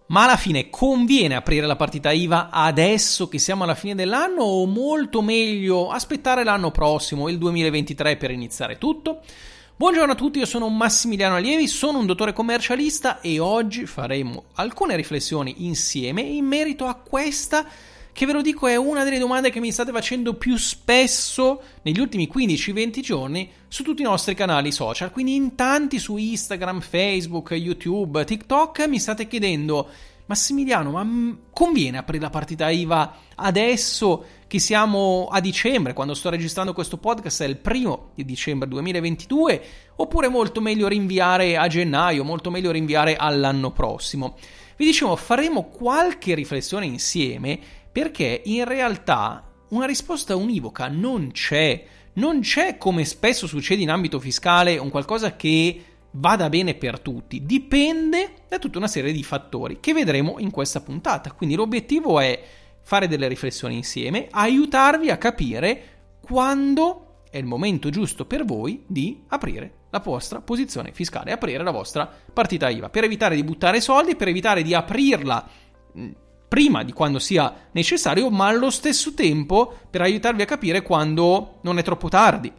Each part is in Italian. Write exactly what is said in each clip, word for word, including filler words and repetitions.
Ma alla fine conviene aprire la partita I V A adesso che siamo alla fine dell'anno o molto meglio aspettare l'anno prossimo, il duemilaventitré, per iniziare tutto? Buongiorno a tutti, io sono Massimiliano Allievi, sono un dottore commercialista e oggi faremo alcune riflessioni insieme in merito a questa che, ve lo dico, è una delle domande che mi state facendo più spesso negli ultimi quindici venti giorni su tutti i nostri canali social. Quindi in tanti su Instagram, Facebook, YouTube, TikTok mi state chiedendo: Massimiliano, ma conviene aprire la partita I V A adesso che siamo a dicembre, quando sto registrando questo podcast è il primo di dicembre duemilaventidue, oppure è molto meglio rinviare a gennaio, molto meglio rinviare all'anno prossimo? Vi dicevo, faremo qualche riflessione insieme, perché in realtà una risposta univoca non c'è. Non c'è, come spesso succede in ambito fiscale, un qualcosa che vada bene per tutti. Dipende da tutta una serie di fattori che vedremo in questa puntata. Quindi l'obiettivo è fare delle riflessioni insieme, aiutarvi a capire quando è il momento giusto per voi di aprire la vostra posizione fiscale, aprire la vostra partita I V A, per evitare di buttare soldi, per evitare di aprirla prima di quando sia necessario, ma allo stesso tempo per aiutarvi a capire quando non è troppo tardi,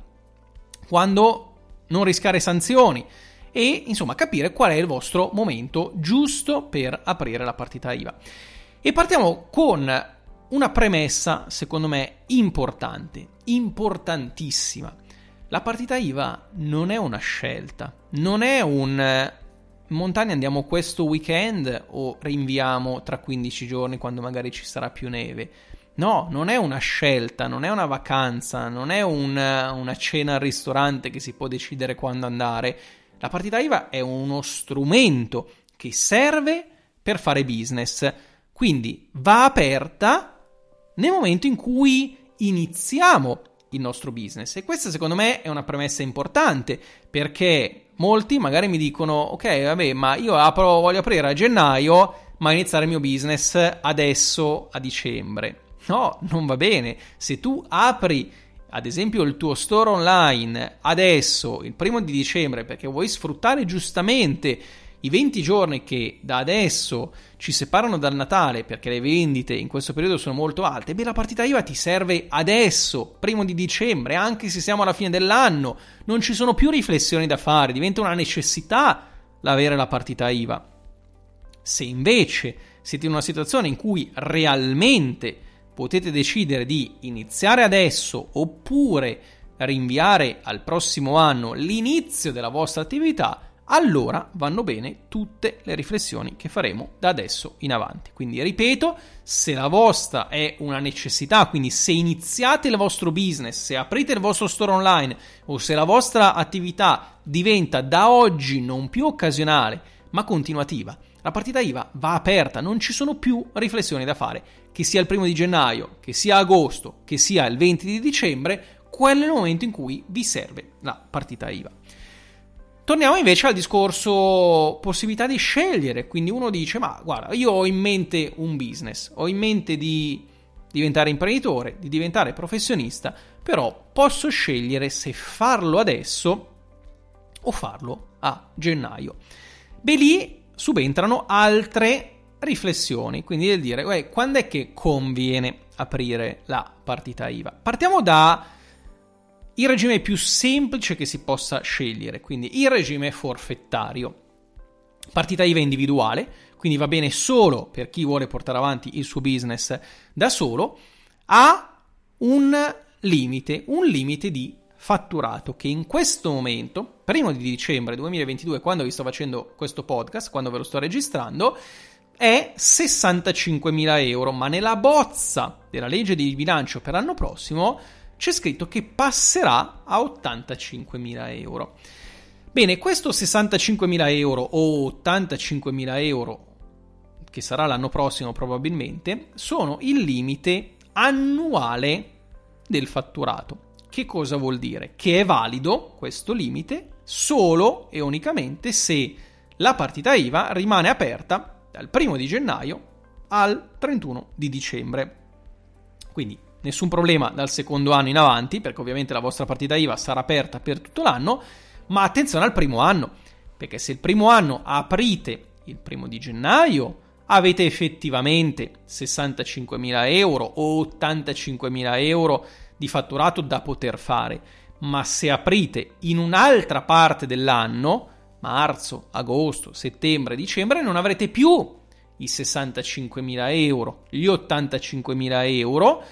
quando non rischiare sanzioni e insomma capire qual è il vostro momento giusto per aprire la partita I V A. E partiamo con una premessa, secondo me, importante, importantissima. La partita I V A non è una scelta, non è un montagna andiamo questo weekend o rinviamo tra quindici giorni quando magari ci sarà più neve. No, non è una scelta, non è una vacanza, non è una, una cena al ristorante che si può decidere quando andare. La partita I V A è uno strumento che serve per fare business, quindi va aperta nel momento in cui iniziamo il nostro business. E questa secondo me è una premessa importante, perché molti magari mi dicono: ok, vabbè, ma io apro, voglio aprire a gennaio, ma iniziare il mio business adesso a dicembre. No, non va bene. Se tu apri ad esempio il tuo store online adesso, il primo di dicembre, perché vuoi sfruttare giustamente i venti giorni che da adesso ci separano dal Natale, perché le vendite in questo periodo sono molto alte, beh, la partita I V A ti serve adesso, primo di dicembre, anche se siamo alla fine dell'anno. Non ci sono più riflessioni da fare, diventa una necessità l'avere la partita I V A. Se invece siete in una situazione in cui realmente potete decidere di iniziare adesso oppure rinviare al prossimo anno l'inizio della vostra attività, allora vanno bene tutte le riflessioni che faremo da adesso in avanti. Quindi ripeto, se la vostra è una necessità, quindi se iniziate il vostro business, se aprite il vostro store online o se la vostra attività diventa da oggi non più occasionale ma continuativa, la partita I V A va aperta, non ci sono più riflessioni da fare. Che sia il primo di gennaio, che sia agosto, che sia il venti di dicembre, quello è il momento in cui vi serve la partita I V A. Torniamo invece al discorso possibilità di scegliere. Quindi uno dice: ma guarda, io ho in mente un business, ho in mente di diventare imprenditore, di diventare professionista, però posso scegliere se farlo adesso o farlo a gennaio. Beh, lì subentrano altre riflessioni, quindi del dire: uè, quando è che conviene aprire la partita I V A? Partiamo da il regime più semplice che si possa scegliere, quindi il regime forfettario. Partita I V A individuale, quindi va bene solo per chi vuole portare avanti il suo business da solo, ha un limite, un limite di fatturato che in questo momento, primo di dicembre duemilaventidue, quando vi sto facendo questo podcast, quando ve lo sto registrando, è sessantacinquemila euro, ma nella bozza della legge di bilancio per l'anno prossimo c'è scritto che passerà a ottantacinquemila euro. Bene, questo sessantacinquemila euro o ottantacinquemila euro, che sarà l'anno prossimo probabilmente, sono il limite annuale del fatturato. Che cosa vuol dire? Che è valido questo limite solo e unicamente se la partita I V A rimane aperta dal primo di gennaio al trentuno di dicembre. Quindi nessun problema dal secondo anno in avanti, perché ovviamente la vostra partita I V A sarà aperta per tutto l'anno, ma attenzione al primo anno, perché se il primo anno aprite il primo di gennaio, avete effettivamente sessantacinquemila euro o ottantacinquemila euro di fatturato da poter fare, ma se aprite in un'altra parte dell'anno, marzo, agosto, settembre, dicembre, non avrete più i sessantacinquemila euro, gli ottantacinquemila euro,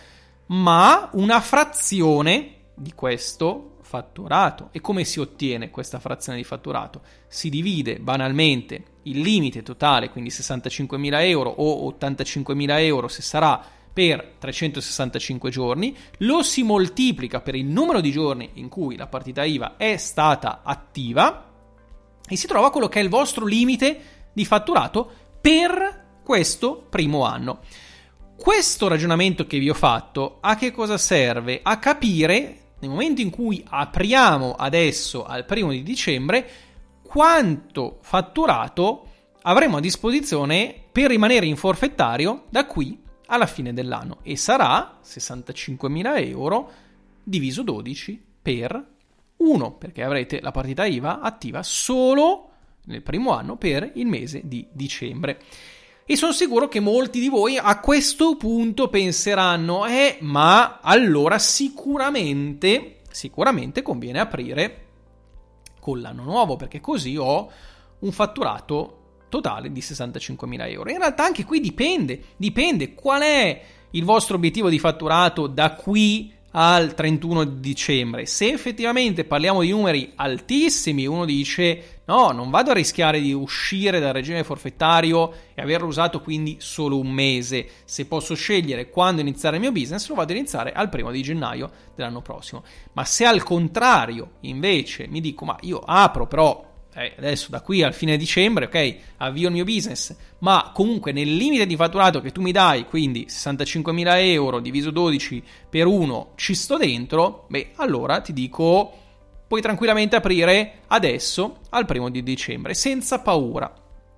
ma una frazione di questo fatturato. E come si ottiene questa frazione di fatturato? Si divide banalmente il limite totale, quindi sessantacinquemila euro o ottantacinquemila euro se sarà per trecentosessantacinque giorni, lo si moltiplica per il numero di giorni in cui la partita I V A è stata attiva e si trova quello che è il vostro limite di fatturato per questo primo anno. Questo ragionamento che vi ho fatto a che cosa serve? A capire, nel momento in cui apriamo adesso al primo di dicembre, quanto fatturato avremo a disposizione per rimanere in forfettario da qui alla fine dell'anno, e sarà sessantacinquemila euro diviso dodici per uno, perché avrete la partita I V A attiva solo nel primo anno per il mese di dicembre. E sono sicuro che molti di voi a questo punto penseranno eh ma allora sicuramente sicuramente conviene aprire con l'anno nuovo, perché così ho un fatturato totale di sessantacinquemila euro. In realtà anche qui dipende, dipende qual è il vostro obiettivo di fatturato da qui al trentuno di dicembre. Se effettivamente parliamo di numeri altissimi, uno dice no, non vado a rischiare di uscire dal regime forfettario e averlo usato quindi solo un mese. Se posso scegliere quando iniziare il mio business, lo vado a iniziare al primo di gennaio dell'anno prossimo. Ma se al contrario invece mi dico ma io apro però Eh, adesso da qui al fine dicembre, ok, avvio il mio business, ma comunque nel limite di fatturato che tu mi dai, quindi sessantacinquemila euro diviso dodici per uno, ci sto dentro, beh, allora ti dico, puoi tranquillamente aprire adesso al primo di dicembre, senza paura.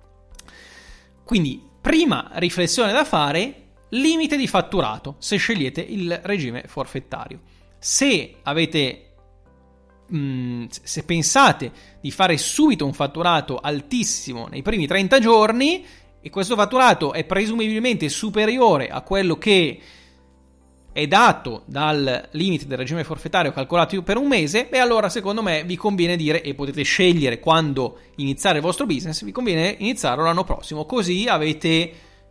Quindi, prima riflessione da fare, limite di fatturato, se scegliete il regime forfettario. Se avete se pensate di fare subito un fatturato altissimo nei primi trenta giorni e questo fatturato è presumibilmente superiore a quello che è dato dal limite del regime forfettario calcolato per un mese, beh allora secondo me vi conviene dire, e potete scegliere quando iniziare il vostro business, vi conviene iniziarlo l'anno prossimo, così avete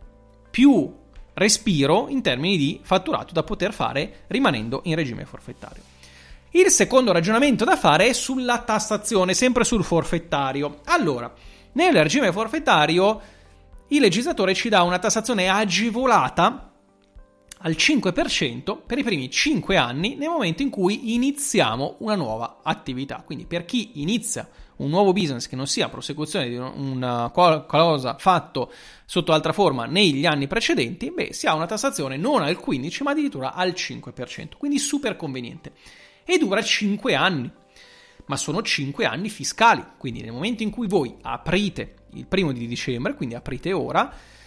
più respiro in termini di fatturato da poter fare rimanendo in regime forfettario. Il secondo ragionamento da fare è sulla tassazione, sempre sul forfettario. Allora, nel regime forfettario il legislatore ci dà una tassazione agevolata al cinque per cento per i primi cinque anni nel momento in cui iniziamo una nuova attività. Quindi per chi inizia un nuovo business che non sia prosecuzione di una cosa fatto sotto altra forma negli anni precedenti, beh, si ha una tassazione non al quindici ma addirittura al cinque per cento, quindi super conveniente. E dura cinque anni, ma sono cinque anni fiscali, quindi nel momento in cui voi aprite il primo di dicembre, quindi aprite ora,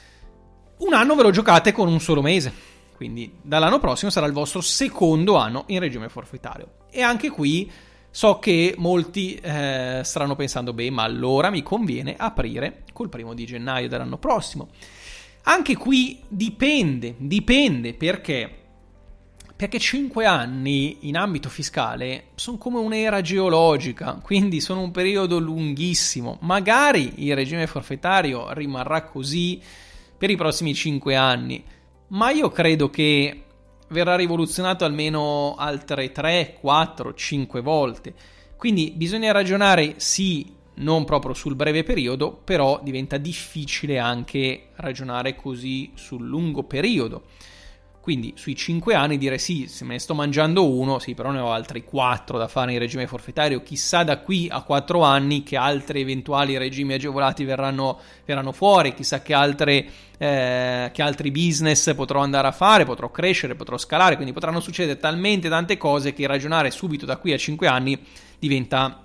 un anno ve lo giocate con un solo mese, quindi dall'anno prossimo sarà il vostro secondo anno in regime forfettario. E anche qui so che molti eh, staranno pensando, beh, ma allora mi conviene aprire col primo di gennaio dell'anno prossimo. Anche qui dipende, dipende perché... Perché cinque anni in ambito fiscale sono come un'era geologica, quindi sono un periodo lunghissimo. Magari il regime forfettario rimarrà così per i prossimi cinque anni, ma io credo che verrà rivoluzionato almeno altre tre, quattro, cinque volte. Quindi bisogna ragionare, sì, non proprio sul breve periodo, però diventa difficile anche ragionare così sul lungo periodo. Quindi sui cinque anni dire sì, se me ne sto mangiando uno, sì, però ne ho altri quattro da fare in regime forfettario. Chissà da qui a quattro anni che altri eventuali regimi agevolati verranno, verranno fuori, chissà che, altre, eh, che altri business potrò andare a fare, potrò crescere, potrò scalare, quindi potranno succedere talmente tante cose che ragionare subito da qui a cinque anni diventa...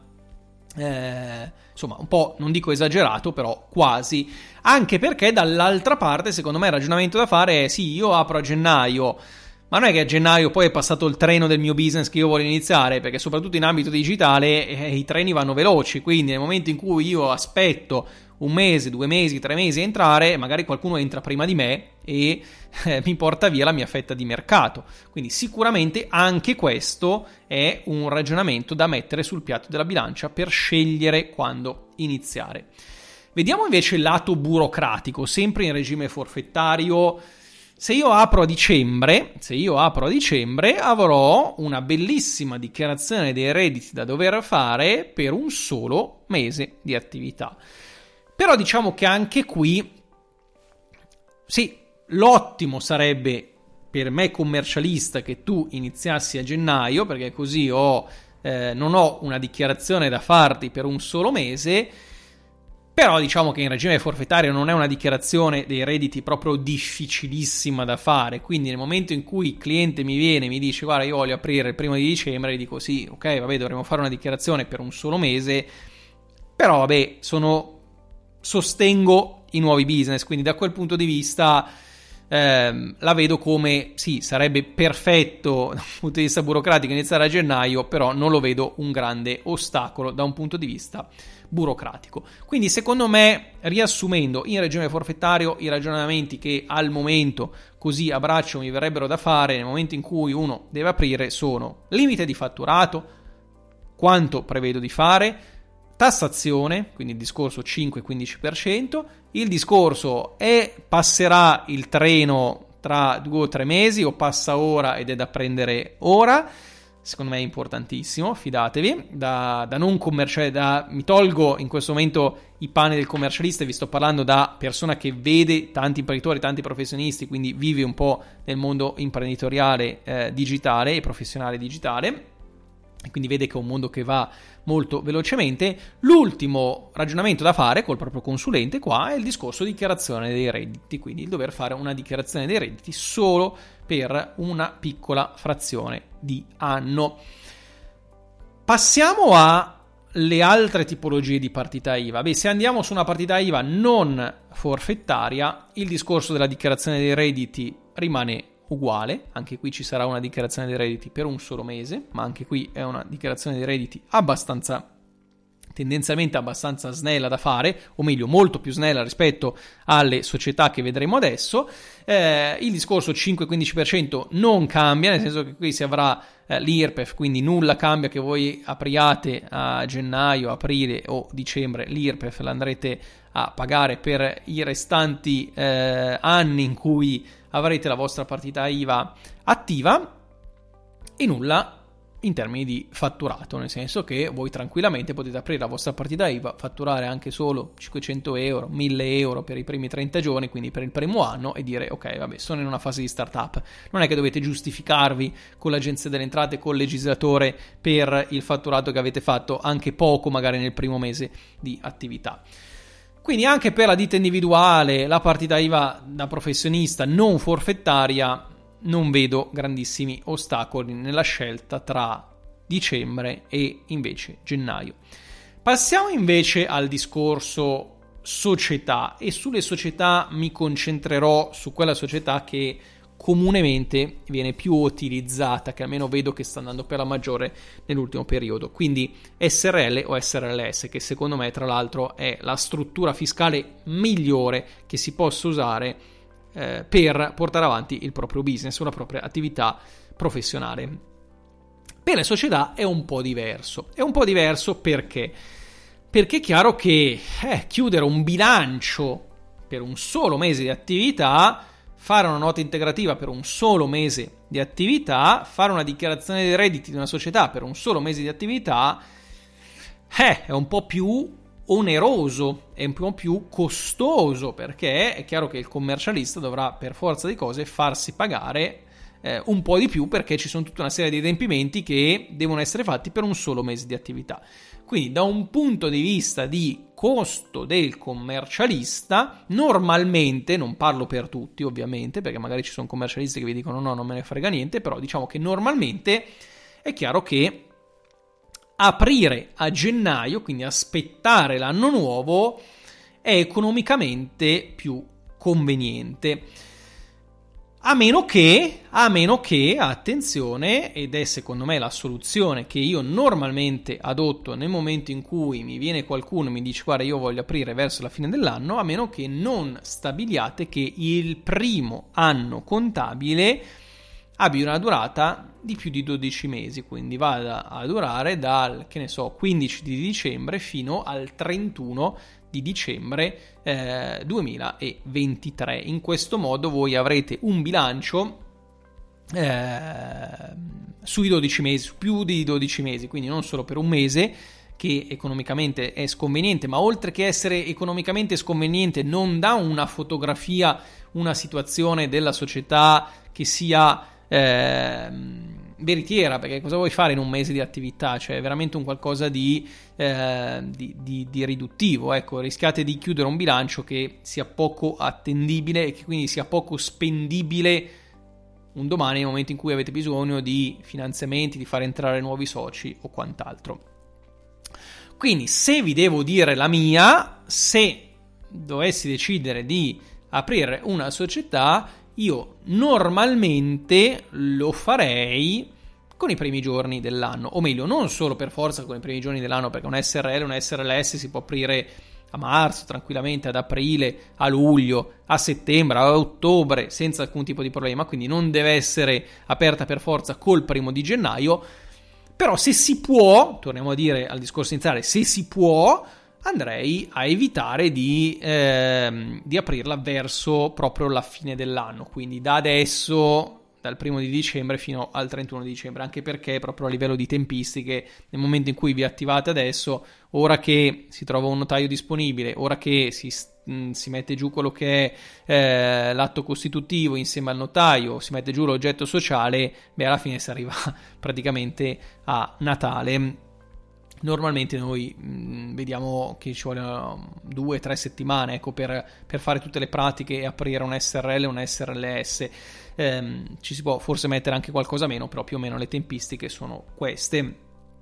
Eh, insomma un po', non dico esagerato, però quasi, anche perché dall'altra parte secondo me il ragionamento da fare è sì, io apro a gennaio, ma non è che a gennaio poi è passato il treno del mio business che io voglio iniziare, perché soprattutto in ambito digitale eh, i treni vanno veloci, quindi nel momento in cui io aspetto un mese, due mesi, tre mesi a entrare, magari qualcuno entra prima di me e eh, mi porta via la mia fetta di mercato. Quindi sicuramente anche questo è un ragionamento da mettere sul piatto della bilancia per scegliere quando iniziare. Vediamo invece il lato burocratico, sempre in regime forfettario. Se io apro a dicembre, se io apro a dicembre, avrò una bellissima dichiarazione dei redditi da dover fare per un solo mese di attività. Però diciamo che anche qui, sì, l'ottimo sarebbe per me commercialista che tu iniziassi a gennaio, perché così ho, eh, non ho una dichiarazione da farti per un solo mese. Però diciamo che in regime forfettario non è una dichiarazione dei redditi proprio difficilissima da fare, quindi nel momento in cui il cliente mi viene e mi dice guarda io voglio aprire il primo di dicembre, gli dico sì, ok, vabbè, dovremo fare una dichiarazione per un solo mese, però vabbè, sono sostengo i nuovi business, quindi da quel punto di vista ehm, la vedo come sì, sarebbe perfetto da un punto di vista burocratico iniziare a gennaio, però non lo vedo un grande ostacolo da un punto di vista burocratico. Quindi secondo me, riassumendo in regime forfettario, i ragionamenti che al momento così a braccio mi verrebbero da fare nel momento in cui uno deve aprire sono limite di fatturato, quanto prevedo di fare, tassazione, quindi il discorso cinque quindici per cento, il discorso è passerà il treno tra due o tre mesi o passa ora ed è da prendere ora. Secondo me è importantissimo, fidatevi, da, da non commerciale, da, mi tolgo in questo momento i panni del commercialista e vi sto parlando da persona che vede tanti imprenditori, tanti professionisti, quindi vive un po' nel mondo imprenditoriale eh, digitale e professionale digitale, e quindi vede che è un mondo che va molto velocemente. L'ultimo ragionamento da fare col proprio consulente qua è il discorso dichiarazione dei redditi, quindi il dover fare una dichiarazione dei redditi solo per una piccola frazione di anno. Passiamo alle altre tipologie di partita I V A. Beh, se andiamo su una partita I V A non forfettaria, il discorso della dichiarazione dei redditi rimane uguale. Anche qui ci sarà una dichiarazione dei redditi per un solo mese, ma anche qui è una dichiarazione dei redditi abbastanza tendenzialmente abbastanza snella da fare, o meglio molto più snella rispetto alle società che vedremo adesso. Eh, il discorso cinque quindici per cento non cambia, nel senso che qui si avrà eh, l'I R P E F, quindi nulla cambia che voi apriate a gennaio, aprile o dicembre, l'I R P E F l'andrete a pagare per i restanti eh, anni in cui avrete la vostra partita I V A attiva, e nulla in termini di fatturato, nel senso che voi tranquillamente potete aprire la vostra partita I V A, fatturare anche solo cinquecento euro, mille euro per i primi trenta giorni, quindi per il primo anno, e dire ok, vabbè, sono in una fase di startup. Non è che dovete giustificarvi con l'agenzia delle entrate, col legislatore, per il fatturato che avete fatto, anche poco magari nel primo mese di attività. Quindi anche per la ditta individuale, la partita I V A da professionista non forfettaria, non vedo grandissimi ostacoli nella scelta tra dicembre e invece gennaio. Passiamo invece al discorso società, e sulle società mi concentrerò su quella società che comunemente viene più utilizzata, che almeno vedo che sta andando per la maggiore nell'ultimo periodo, quindi S R L o S R L S, che secondo me tra l'altro è la struttura fiscale migliore che si possa usare eh, per portare avanti il proprio business o la propria attività professionale. Per le società è un po' diverso, è un po' diverso perché? Perché è chiaro che eh, chiudere un bilancio per un solo mese di attività, fare una nota integrativa per un solo mese di attività, fare una dichiarazione dei redditi di una società per un solo mese di attività, eh, è un po' più oneroso, è un po' più costoso, perché è chiaro che il commercialista dovrà per forza di cose farsi pagare eh, un po' di più, perché ci sono tutta una serie di adempimenti che devono essere fatti per un solo mese di attività. Quindi da un punto di vista di costo del commercialista, normalmente, non parlo per tutti ovviamente, perché magari ci sono commercialisti che vi dicono no, non me ne frega niente, però diciamo che normalmente è chiaro che aprire a gennaio, quindi aspettare l'anno nuovo, è economicamente più conveniente. A meno che, a meno che, attenzione, ed è secondo me la soluzione che io normalmente adotto nel momento in cui mi viene qualcuno e mi dice guarda io voglio aprire verso la fine dell'anno, a meno che non stabiliate che il primo anno contabile abbia una durata di più di dodici mesi, quindi vada a durare dal, che ne so, quindici di dicembre fino al trentuno di dicembre eh, duemilaventitré. In questo modo voi avrete un bilancio eh, sui dodici mesi, su più di dodici mesi, quindi non solo per un mese che economicamente è sconveniente, ma oltre che essere economicamente sconveniente non dà una fotografia, una situazione della società che sia eh, veritiera, perché cosa vuoi fare in un mese di attività? Cioè è veramente un qualcosa di, eh, di, di, di riduttivo, ecco, rischiate di chiudere un bilancio che sia poco attendibile e che quindi sia poco spendibile un domani nel momento in cui avete bisogno di finanziamenti, di far entrare nuovi soci o quant'altro. Quindi se vi devo dire la mia, se dovessi decidere di aprire una società, io normalmente lo farei con i primi giorni dell'anno, o meglio, non solo per forza con i primi giorni dell'anno, perché un S R L, un S R L S si può aprire a marzo, tranquillamente, ad aprile, a luglio, a settembre, a ottobre, senza alcun tipo di problema, quindi non deve essere aperta per forza col primo di gennaio, però se si può, torniamo a dire al discorso iniziale, se si può, andrei a evitare di, ehm, di aprirla verso proprio la fine dell'anno, quindi da adesso, dal primo di dicembre fino al trentuno di dicembre, anche perché proprio a livello di tempistiche, nel momento in cui vi attivate adesso, ora che si trova un notaio disponibile, ora che si, mh, si mette giù quello che è eh, l'atto costitutivo insieme al notaio, si mette giù l'oggetto sociale, beh alla fine si arriva praticamente a Natale. Normalmente noi mh, vediamo che ci vogliono due o tre settimane ecco, per, per fare tutte le pratiche e aprire un S R L e un S R L S. Ehm, ci si può forse mettere anche qualcosa meno, però più o meno le tempistiche sono queste.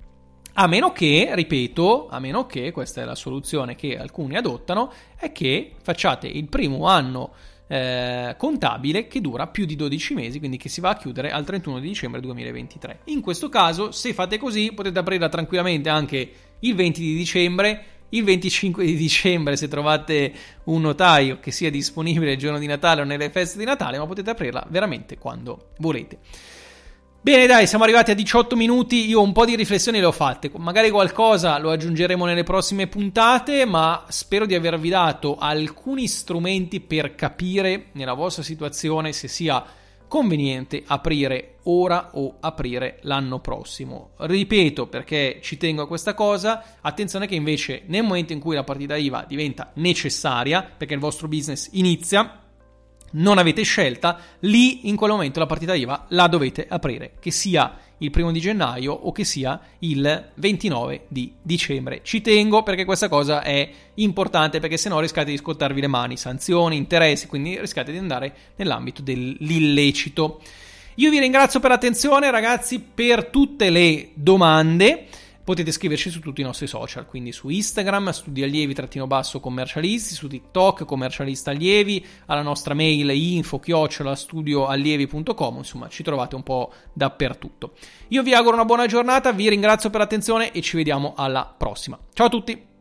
A meno che, ripeto, a meno che, questa è la soluzione che alcuni adottano, è che facciate il primo anno Eh, contabile che dura più di dodici mesi, quindi che si va a chiudere al trentuno di dicembre duemilaventitré. In questo caso, se fate così, potete aprirla tranquillamente anche il venti di dicembre, il venticinque di dicembre se trovate un notaio che sia disponibile il giorno di Natale o nelle feste di Natale, ma potete aprirla veramente quando volete. Bene dai, siamo arrivati a diciotto minuti, io un po' di riflessioni le ho fatte, magari qualcosa lo aggiungeremo nelle prossime puntate, ma spero di avervi dato alcuni strumenti per capire nella vostra situazione se sia conveniente aprire ora o aprire l'anno prossimo. Ripeto, perché ci tengo a questa cosa, attenzione che invece nel momento in cui la partita I V A diventa necessaria, perché il vostro business inizia, non avete scelta, lì in quel momento la partita I V A la dovete aprire, che sia il primo di gennaio o che sia il ventinove di dicembre. Ci tengo perché questa cosa è importante, perché sennò rischiate di scottarvi le mani, sanzioni, interessi, quindi rischiate di andare nell'ambito dell'illecito. Io vi ringrazio per l'attenzione ragazzi, per tutte le domande. Potete scriverci su tutti i nostri social, quindi su Instagram, studiallievi-commercialisti, su TikTok, commercialista allievi, alla nostra mail info chiocciola studioallievi punto com, insomma ci trovate un po' dappertutto. Io vi auguro una buona giornata, vi ringrazio per l'attenzione e ci vediamo alla prossima. Ciao a tutti!